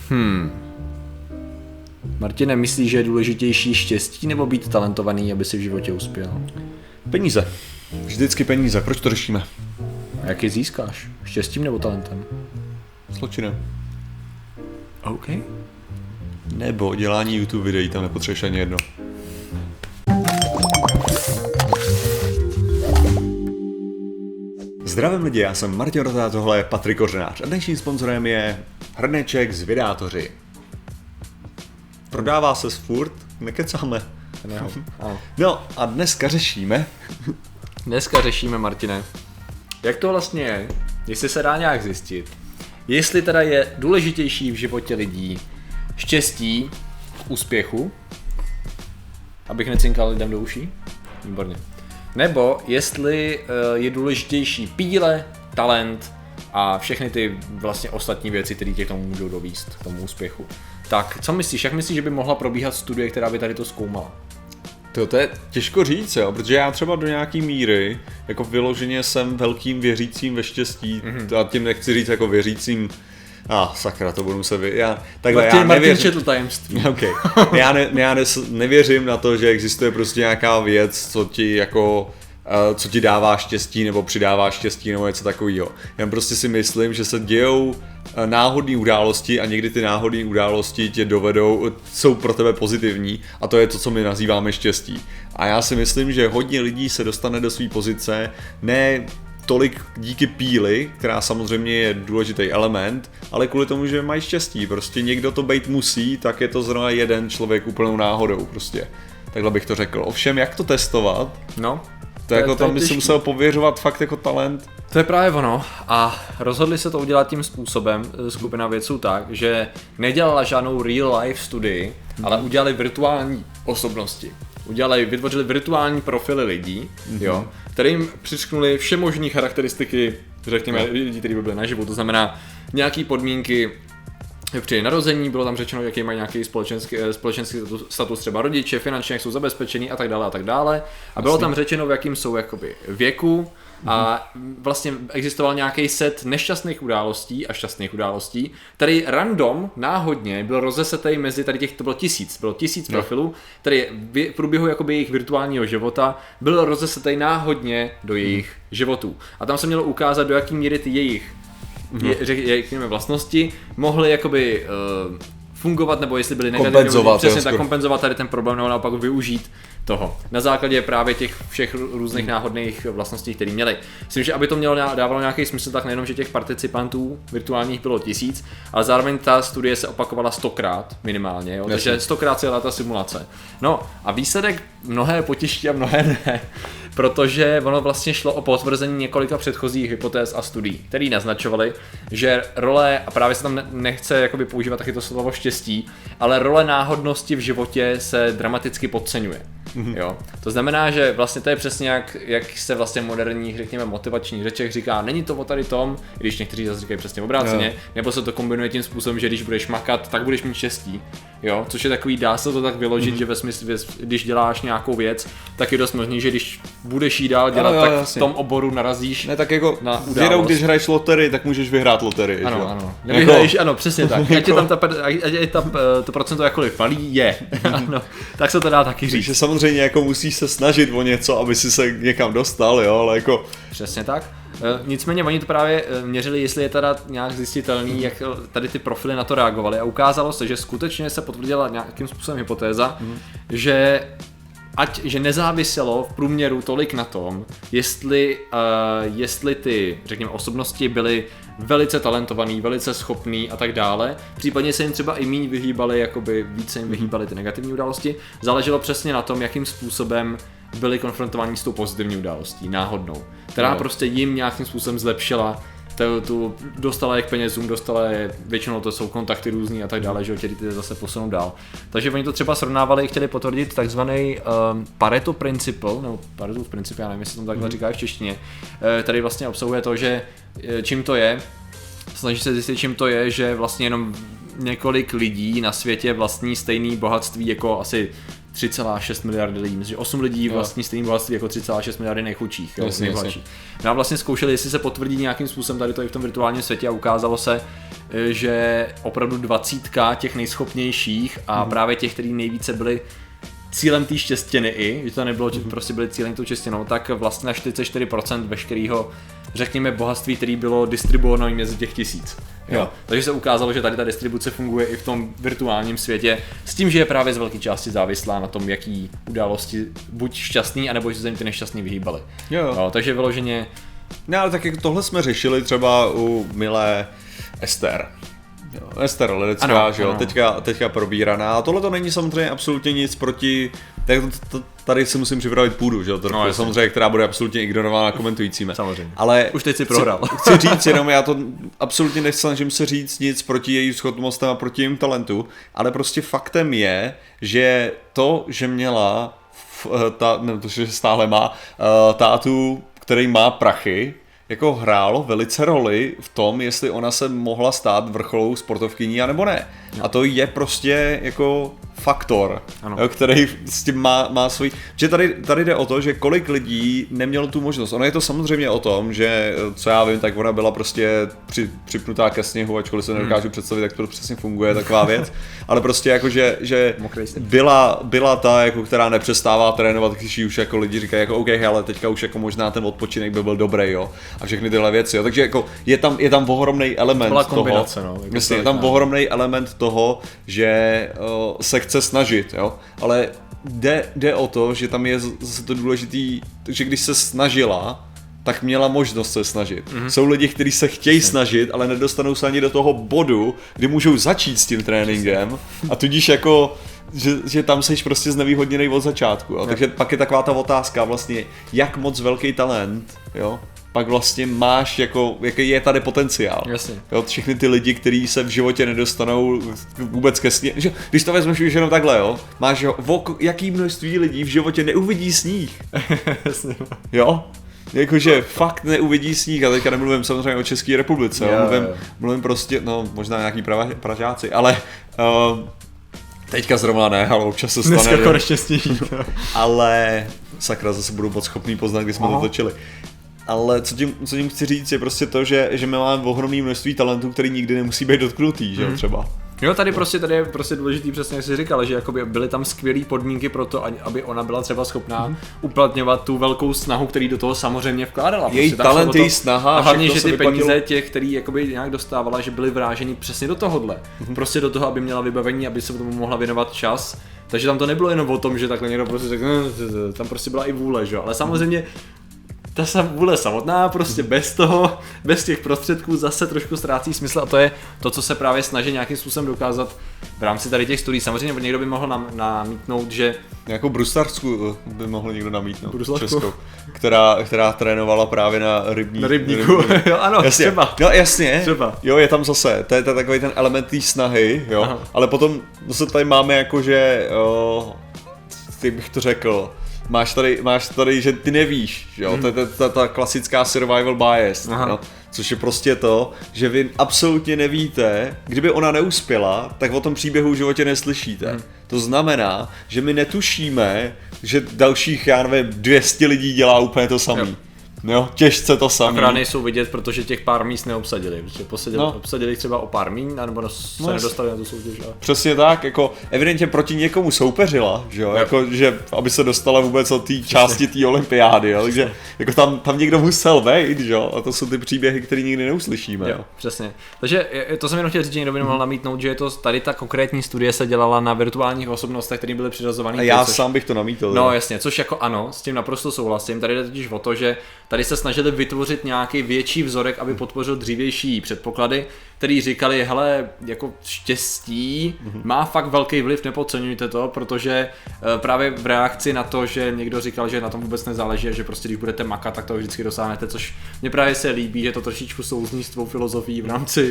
Martine, myslíš, že je důležitější štěstí nebo být talentovaný, aby si v životě uspěl? Peníze. Vždycky peníze. Proč to řešíme? A jak je získáš? Štěstím nebo talentem? Zločinem. OK. Nebo dělání YouTube videí, tam nepotřebuješ ani jedno. Zdravím lidi, já jsem Martin Rota, tohle je Patrik Kořenář a dnešním sponzorem je hrneček z Videátoři. Prodává se furt, nekecáme. No a dneska řešíme, Martine, jak to vlastně je, jestli se dá nějak zjistit, jestli teda je důležitější v životě lidí štěstí k úspěchu, abych necinkal lidem do uší, výborně, nebo jestli je důležitější píle, talent a všechny ty vlastně ostatní věci, které tě k tomu můžou dovést, k tomu úspěchu. Tak, co myslíš, jak myslíš, že by mohla probíhat studie, která by tady to zkoumala? To je těžko říct, jo, protože já třeba do nějaký míry, jako vyloženě jsem velkým věřícím ve štěstí, a tím nechci říct jako věřícím, sakra, to budu muset Martin četl tajemství. Okay. Já nevěřím na to, že existuje prostě nějaká věc, co ti dává štěstí nebo přidává štěstí nebo něco takového. Já prostě si myslím, že se dějou náhodné události a někdy ty náhodné události tě dovedou, jsou pro tebe pozitivní a to je to, co my nazýváme štěstí. A já si myslím, že hodně lidí se dostane do své pozice ne tolik díky píli, která samozřejmě je důležitý element, ale kvůli tomu, že mají štěstí. Prostě někdo to bejt musí, tak je to zrovna jeden člověk úplnou náhodou prostě. Takhle bych to řekl. Ovšem, jak to testovat? No. To jako tam by se musel pověřovat fakt jako talent. To je právě ono a rozhodli se to udělat tím způsobem, skupina vědců tak, že nedělala žádnou real life studii, ale udělali virtuální osobnosti. Vytvořili virtuální profily lidí, jo, kterým přičknuli všemožné charakteristiky, řekněme, lidí, kteří by byli naživu, to znamená nějaký podmínky při narození, bylo tam řečeno, jaký mají nějaký společenský status třeba rodiče, finančně jak jsou zabezpečení a tak dále. A bylo tam řečeno, v jakým jsou jakoby věku a vlastně existoval nějaký set nešťastných událostí a šťastných událostí, který random, náhodně byl rozesetej mezi tady těch, to bylo tisíc profilů, který v průběhu jakoby jejich virtuálního života byl rozesetej náhodně do jejich životů. A tam se mělo ukázat, do jaký míry ty jejich řekněme vlastnosti mohly jakoby fungovat, nebo jestli byly negativní, přesně tak kompenzovat tady ten problém, nebo naopak využít toho. Na základě právě těch všech různých náhodných vlastností, které měli. Myslím, že aby to dávalo nějaký smysl, tak nejenom, že těch participantů virtuálních bylo 1000, ale zároveň ta studie se opakovala 100krát minimálně, jo? Takže 100krát se dělala ta simulace. No a výsledek mnohé potěší a mnohé ne, protože ono vlastně šlo o potvrzení několika předchozích hypotéz a studií, které naznačovaly, že role, a právě se tam nechce jakoby používat taky to slovo štěstí, ale role náhodnosti v životě se dramaticky podceňuje. Jo? To znamená, že vlastně to je přesně jak se vlastně moderních, řekněme, motivačních řečech říká, není to o tady tom, když někteří zase říkají přesně obráceně, nebo se to kombinuje tím způsobem, že když budeš makat, tak budeš mít štěstí. Jo? Což je takový, dá se to tak vyložit, že ve smyslu, když děláš nějakou věc, tak je dost možný, že když budeš jí dál dělat, tak jasně. V tom oboru narazíš. Ne, tak jako na vědou, když hraješ loterii, tak můžeš vyhrát loterii. Ano. Nevyhraješ, ano, přesně tak. Ať je tam to procento jakkoliv malý, je. Ano, tak se to dá taky říct. Takže samozřejmě jako musíš se snažit o něco, aby si se někam dostal, jo, ale jako... Přesně tak. Nicméně oni to právě měřili, jestli je teda nějak zjistitelný, jak tady ty profily na to reagovaly a ukázalo se, že skutečně se potvrdila nějakým způsobem hypotéza, že nezáviselo v průměru tolik na tom, jestli ty, řekněme, osobnosti byly velice talentovaný, velice schopný a tak dále. Případně se jim třeba i míň vyhýbaly, jakoby více jim vyhýbaly ty negativní události. Záleželo přesně na tom, jakým způsobem byli konfrontovaní s tou pozitivní událostí, náhodnou, která prostě jim nějakým způsobem zlepšila tu dostala je k penězům, většinou to jsou kontakty různý a tak dále, že ty zase posunou dál. Takže oni to třeba srovnávali, chtěli potvrdit takzvaný Pareto principle, nebo Paretův princip, já nevím, jestli to takhle říká v češtině, který vlastně obsahuje to, že čím to je, snaží se zjistit, čím to je, že vlastně jenom několik lidí na světě vlastní stejný bohatství jako asi 3,6 miliardy lidí. Myslím, že 8 lidí vlastní stejný bohatství jako 3,6 miliardy nejchudších, nejbohatších. No a vlastně zkoušeli, jestli se potvrdí nějakým způsobem tady to i v tom virtuálním světě a ukázalo se, že opravdu 20 těch nejschopnějších a právě těch, kteří nejvíce byli cílem té štěstěny že to nebylo, že prostě byli cílem tou štěstěnou, tak vlastně na 44% veškerého, řekněme, bohatství, který bylo distribuované mezi těch 1000. Jo. Takže se ukázalo, že tady ta distribuce funguje i v tom virtuálním světě, s tím, že je právě z velké části závislá na tom, jaký události buď šťastný, anebo že se jim ty nešťastný vyhýbaly. Jo, takže vyloženě. No, ale tak jako tohle jsme řešili třeba u milé Ester. Ester Ledecká, že jo, teďka probíraná. A tohle to není samozřejmě absolutně nic proti, tak tady si musím připravit půdu, že jo, samozřejmě, která bude absolutně ignorována komentujícími. Samozřejmě. Ale už teď si prohrál. Chci říct jenom, já to absolutně nesnažím se říct nic proti její schopnostem a proti jejím talentu, ale prostě faktem je, že to, že měla, že stále má tátu, který má prachy, jako hrálo velice roli v tom, jestli ona se mohla stát vrcholovou sportovkyní, anebo ne. No. A to je prostě jako faktor, který s tím má svůj... Že tady jde o to, že kolik lidí nemělo tu možnost. Ono je to samozřejmě o tom, že, co já vím, tak ona byla prostě připnutá ke sněhu, ačkoliv se nedokážu představit, jak to přesně funguje, taková věc. Ale prostě jako, že byla ta, jako, která nepřestává trénovat, když už jako lidi říkají, jako OK, ale teďka už jako možná ten odpočinek by byl dobrý, jo. A všechny tyhle věci, jo. Takže jako je tam ohromný element toho. Jasně, je tam ohromný element toho, že se chce snažit, jo. Ale jde o to, že tam je zase to důležitý, že když se snažila, tak měla možnost se snažit. Jsou lidi, kteří se chtějí snažit, ale nedostanou se ani do toho bodu, kdy můžou začít s tím tréninkem a tudíž jako že tam seš prostě znevýhodněnej od začátku, jo. Takže pak je taková ta otázka vlastně, jak moc velký talent, jo, pak vlastně máš, jako, jaký je tady potenciál. Jasně. Jo, všechny ty lidi, kteří se v životě nedostanou vůbec ke sníh. Když to vezmeš už jenom takhle, jo, máš jaký množství lidí v životě neuvidí sníh. Jasně. Jo? Jakože fakt neuvidí sníh, a teďka nemluvím samozřejmě o České republice, jo? Mluvím prostě, no možná nějaký Pražáci, ale teďka zrovna ne, ale občas se stane. Dneska konečně sníh. Ale sakra, zase budu moc schopný poznat, když jsme to točili. Ale co tím chci říct je prostě to, že my máme ohromné množství talentů, který nikdy nemusí být dotknutý, že jo, třeba. Jo, tady je prostě důležitý, přesně jak jsi říkal, že jakoby byly tam skvělé podmínky pro to, aby ona byla třeba schopná uplatňovat tu velkou snahu, který do toho samozřejmě vkládala. Její prostě talent, její snaha. A hlavně, že ty peníze těch, který jakoby nějak dostávala, že byly vráženy přesně do tohohle. Prostě do toho, aby měla vybavení, aby se tomu mohla věnovat čas. Takže tam to nebylo jenom o tom, že takhle někdo prostě řekl, tam prostě byla i vůle, že jo. Ale samozřejmě ta vůle samotná prostě bez těch prostředků zase trošku ztrácí smysl, a to je to, co se právě snaží nějakým způsobem dokázat v rámci tady těch studií. Samozřejmě někdo by mohl namítnout, že nějakou bruslařsku by mohl někdo namítnout, českou, která trénovala právě na rybníku. Jo, ano, jasně. Třeba. No jasně, třeba. Jo, je tam zase, to je takový ten element té snahy, jo. Aha. Ale potom zase tady máme jakože, jak bych to řekl, máš tady, že ty nevíš, jo, to je ta klasická survival bias, no? Což je prostě to, že vy absolutně nevíte, kdyby ona neuspěla, tak o tom příběhu v životě neslyšíte. To znamená, že my netušíme, že dalších, já nevím, 200 lidí dělá úplně to samé. Jo, těžce to samé. Akorát nejsou vidět, protože těch pár míst neobsadili, protože obsadili třeba o pár mín, nebo se nedostali na tu soutěž. Přesně tak, jako evidentně proti někomu soupeřila, že jo, jako, že aby se dostala vůbec od té části té olympiády, jo, takže jako tam někdo musel vejít, že jo, a to jsou ty příběhy, které nikdy neuslyšíme. Jo, přesně. Takže to jsem jenom chtěl říct, že někdo by mohl namítnout, že je to tady ta konkrétní studie se dělala na virtuálních osobnostech, které byly přiřazovány. A já sám bych to namítal. No jasně, což jako ano, s tím naprosto souhlasím. Tady jde totiž o to, že tady se snažili vytvořit nějaký větší vzorek, aby podpořil dřívější předpoklady, který říkali, hele, jako štěstí má fakt velký vliv, nepodceňujte to, protože právě v reakci na to, že někdo říkal, že na tom vůbec nezáleží, že prostě když budete makat, tak to vždycky dosáhnete, což mě právě se líbí, že to trošičku souzní s tvou filozofií v rámci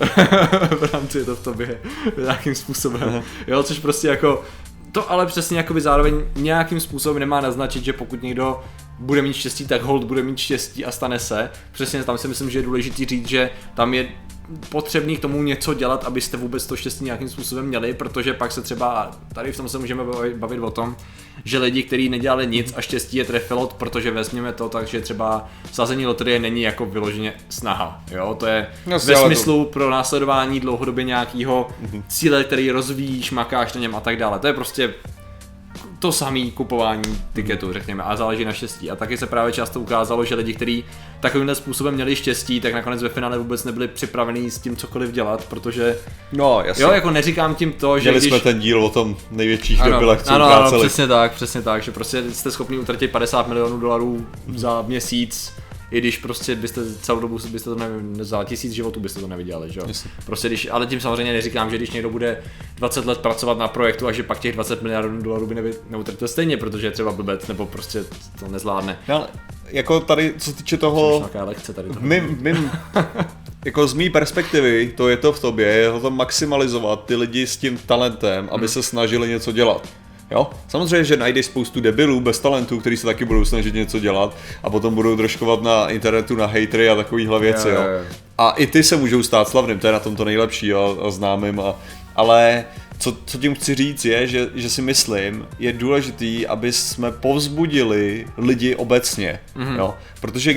to v tobě nějakým způsobem, jo, což prostě jako to ale přesně jakoby zároveň nějakým způsobem nemá naznačit, že pokud někdo bude mít štěstí, tak hold bude mít štěstí a stane se. Přesně tam si myslím, že je důležitý říct, že tam je potřebný k tomu něco dělat, abyste vůbec to štěstí nějakým způsobem měli, protože pak se třeba, tady v tom se můžeme bavit o tom, že lidi, kteří nedělali nic a štěstí je trefilo, protože vezměme to tak, že třeba sázení loterie není jako vyloženě snaha, jo, to je ve smyslu pro následování dlouhodobě nějakého cíle, který rozvíjíš, makáš na něm a tak dále, to je prostě to samé kupování tiketu, řekněme, a záleží na štěstí. A taky se právě často ukázalo, že lidi, kteří takovýmhle způsobem měli štěstí, tak nakonec ve finále vůbec nebyli připravení s tím cokoliv dělat, protože no, jasně. Jo, jako neříkám tím to, že měli jsme ten díl o tom největších debilech, co utráceli. Přesně tak, že prostě jste schopni utratit $50 milionů za měsíc, i když prostě byste celou dobu byste to za 1000 životů byste to neviděli, že jo. Prostě ale tím samozřejmě neříkám, že když někdo bude 20 let pracovat na projektu a že pak těch $20 milionů by neutratil stejně, protože je třeba blbec nebo prostě to nezvládne. No, ale jako tady, co se týče toho, lekce tady jako z mý perspektivy, to je to v tobě, je to maximalizovat ty lidi s tím talentem, aby se snažili něco dělat. Jo? Samozřejmě, že najdeš spoustu debilů bez talentů, kteří se taky budou snažit něco dělat a potom budou drožkovat na internetu na hejtry a takovýhle věci. Jo. A i ty se můžou stát slavným, to je na tom to nejlepší a známým. Ale co tím chci říct je, že si myslím, je důležitý, aby jsme povzbudili lidi obecně. Jo? Protože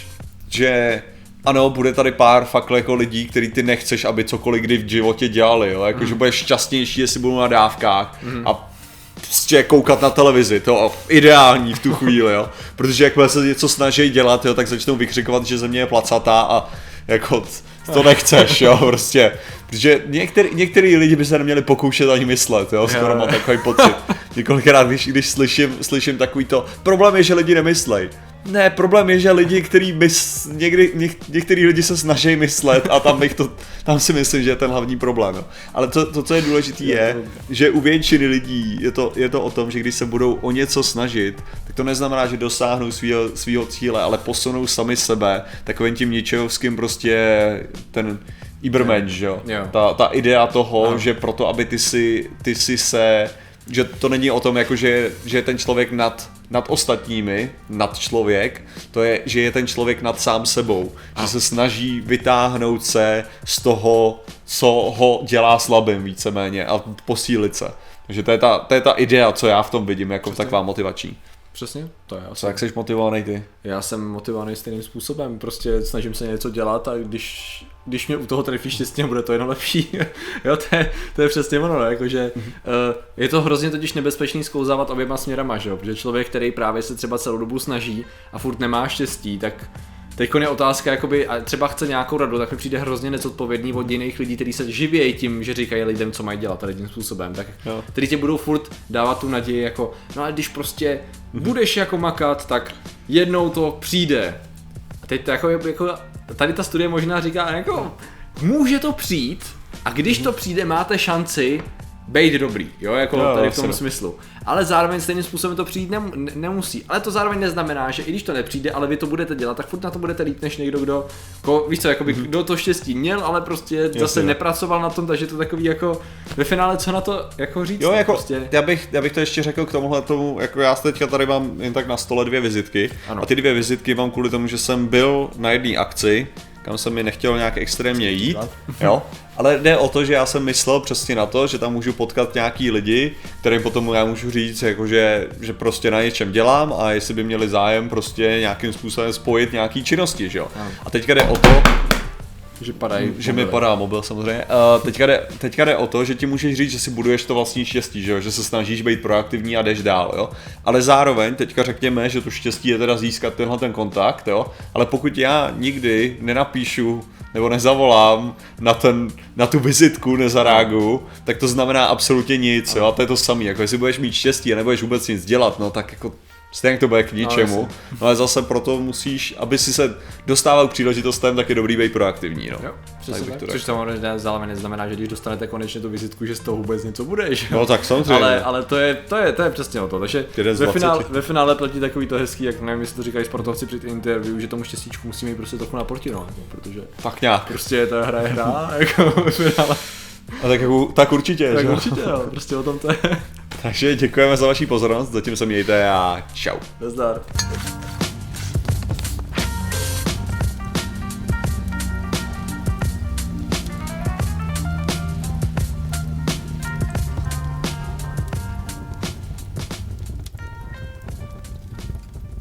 ano, bude tady pár fakt jako lidí, který ty nechceš, aby cokoliv kdy v životě dělali, jo? Jako, že budeš šťastnější, jestli budou na dávkách a prostě koukat na televizi, to ideální v tu chvíli, jo. Protože jakmile se něco snaží dělat, jo, tak začnou vykřikovat, že země je placatá a jako to nechceš, jo, prostě. Protože některý lidi by se neměli pokoušet ani myslet, jo, skoro mám takový pocit. Několikrát, když slyším takový to, problém je, že lidi nemyslej. Ne, problém je, že lidi, některý lidi se snaží myslet a tam si myslím, že je ten hlavní problém. Jo. Ale to, co je důležité, je, že u většiny lidí je to o tom, že když se budou o něco snažit, tak to neznamená, že dosáhnou svýho cíle, ale posunou sami sebe takovým tím ničejovským prostě ten Ibermensch, jo. Ta idea toho, že proto, aby ty si se, že to není o tom, jako že je ten člověk nad ostatními, nad člověk, to je, že je ten člověk nad sám sebou, že se snaží vytáhnout se z toho, co ho dělá slabým víceméně a posílit se. Takže to je ta idea, co já v tom vidím, jako taková motivační. Přesně, to je. Co, jak jsi motivovaný ty? Já jsem motivovaný stejným způsobem, prostě snažím se něco dělat a když mě u toho trefí štěstí, bude to jenom lepší. Jo, to je přesně ono, jakože je to hrozně totiž nebezpečný sklouzávat oběma směrama, že jo, protože člověk, který právě se třeba celou dobu snaží a furt nemá štěstí, tak teďko je otázka, jakoby, a třeba chce nějakou radu, tak mi přijde hrozně nezodpovědný od jiných lidí, kteří se živějí tím, že říkají lidem, co mají dělat tady tím způsobem, tak který tě budou furt dávat tu naději, jako, no ale když prostě budeš jako makat, tak jednou to přijde. A teď to jako tady ta studie možná říká, jako, může to přijít a když to přijde, máte šanci být dobrý, jo, jako tady v tom smyslu. Ale zároveň stejným způsobem to přijít nemusí. Ale to zároveň neznamená, že i když to nepřijde, ale vy to budete dělat, tak furt na to budete líp než někdo, víš co, jakoby, kdo to štěstí měl, ale prostě zase nepracoval na tom, takže to takový jako ve finále co na to jako říct. Jo, jako prostě. já bych to ještě řekl k tomuhle tomu, jako já teďka tady mám jen tak na stole 2 vizitky. Ano. A ty 2 vizitky mám kvůli tomu, že jsem byl na jedné akci, kam jsem mi nechtěl nějak extrémně jít, jo, ale jde o to, že já jsem myslel přesně na to, že tam můžu potkat nějaký lidi, kterým potom já můžu říct, jako že prostě na něčem dělám a jestli by měli zájem prostě nějakým způsobem spojit nějaký činnosti, že jo. A teďka jde o to, že mi padá mobil samozřejmě. Teďka jde o to, že ti můžeš říct, že si buduješ to vlastní štěstí, že jo? Že se snažíš být proaktivní a jdeš dál, jo? Ale zároveň teďka řekněme, že to štěstí je teda získat ten kontakt, jo? Ale pokud já nikdy nenapíšu nebo nezavolám na tu vizitku, nezareaguju, tak to znamená absolutně nic, jo? A to je to samé, jako jestli budeš mít štěstí a nebudeš vůbec nic dělat, no tak jako stejně to bude k ničemu, ale zase proto musíš, aby si se dostával k příležitostem, tak je dobrý být proaktivní, no. Jo, přesně tak, což samozřejmě zároveň neznamená, že když dostanete konečně tu vizitku, že z toho vůbec něco bude, že? No tak samozřejmě. Ale to je přesně o to, takže ve finále platí takový to hezký, jak nevím, jestli to říkají sportovci při interview, že tomu štěstíčku musíme jít prostě trochu naproti, no, protože tak nějak. Prostě ta hra je hra, jako ve finále. A tak určitě, tak určitě, jo, prostě o tom to je. Takže děkujeme za vaši pozornost, zatím se mějte a čau. Nazdar.